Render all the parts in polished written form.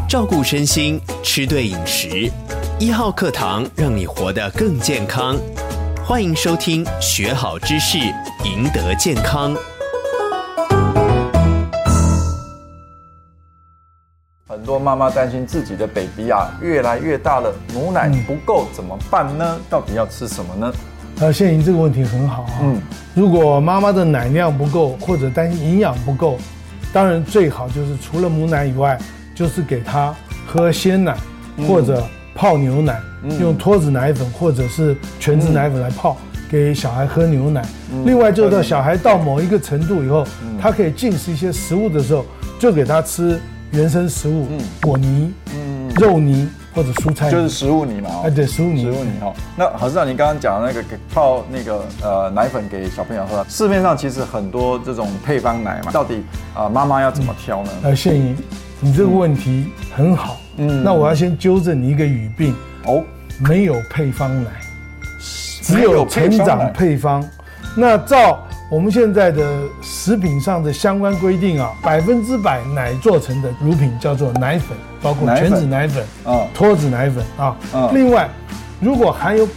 照顾身心，吃对饮食。1号课堂让你活得更健康。欢迎收听学好知识，赢得健康。 很多妈妈担心自己的 baby 越来越大了，母奶不够怎么办呢？到底要吃什么呢？ 谢莹这个问题很好如果妈妈的奶量不够，或者担心营养不够，当然最好就是除了母奶以外，就是给她喝鲜奶，或者泡牛奶，用脱脂奶粉或者是全脂奶粉来泡，给小孩喝牛奶。另外就是到小孩到某一个程度以后，他可以进食一些食物的时候，就给他吃原生食物，果泥、肉泥或者蔬菜， 就是食物泥嘛。 对，食物泥。 那郝市长，你刚刚讲的那个泡那个奶粉给小朋友喝，市面上其实很多这种配方奶嘛，到底妈妈要怎么挑呢？ 谢莹，你这个问题很好。那我要先纠正你一个语病没有配方奶，只有成长配方。那照我们现在的食品上的相关规定100%奶做成的乳品叫做奶粉，包括全脂奶粉、脱脂奶粉另外，如果含有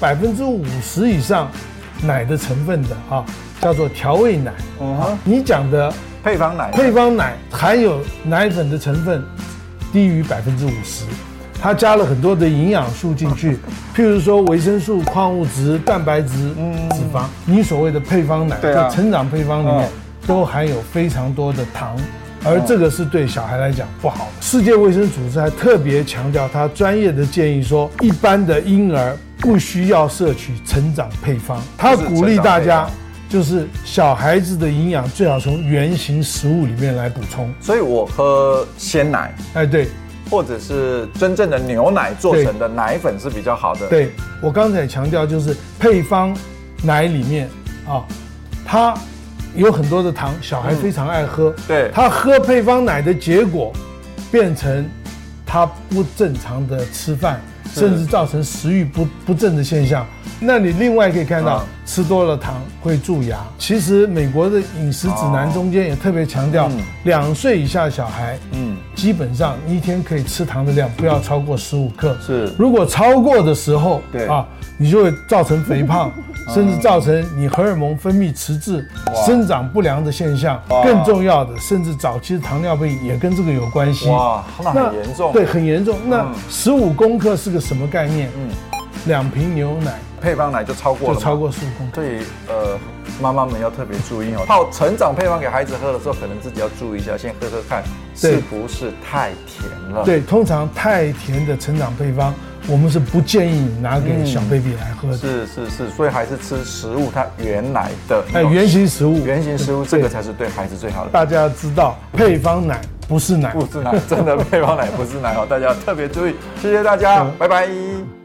50%以上奶的成分的叫做调味奶。你讲的配方奶含有奶粉的成分低于50%，它加了很多的营养素进去，譬如说维生素、矿物质、蛋白质、脂肪。你所谓的配方奶，在成长配方里面都含有非常多的糖，而这个是对小孩来讲不好的。世界卫生组织还特别强调，他专业的建议说，一般的婴儿不需要摄取成长配方，他鼓励大家就是小孩子的营养最好从原型食物里面来补充。 所以我喝鲜奶， 对， 或者是真正的牛奶做成的奶粉是比较好的。 对，我刚才强调就是配方奶里面它有很多的糖，小孩非常爱喝。对，他喝配方奶的结果，变成他不正常的吃饭，甚至造成食欲不正的现象。那你另外可以看到，吃多了糖会蛀牙。其实美国的饮食指南中间也特别强调，2岁以下小孩，基本上一天可以吃糖的量不要超过15克。如果超过的时候，你就会造成肥胖，甚至造成你荷尔蒙分泌迟滞、生长不良的现象。更重要的，甚至早期的糖尿病也跟这个有关系。 那很严重。 对，很严重。那15公克是个什么概念？2瓶牛奶。 配方奶就超过了， 就超过15公克。 所以妈妈们要特别注意泡成长配方给孩子喝的时候，可能自己要注意一下，先喝喝看是不是太甜了。 对，通常太甜的成长配方，我们是不建议你拿给小 baby 来喝的。 是，所以还是吃食物它原来的原型食物， 这个才是对孩子最好的。 大家要知道，配方奶不是奶， 真的配方奶不是奶大家特别注意。谢谢大家，拜拜。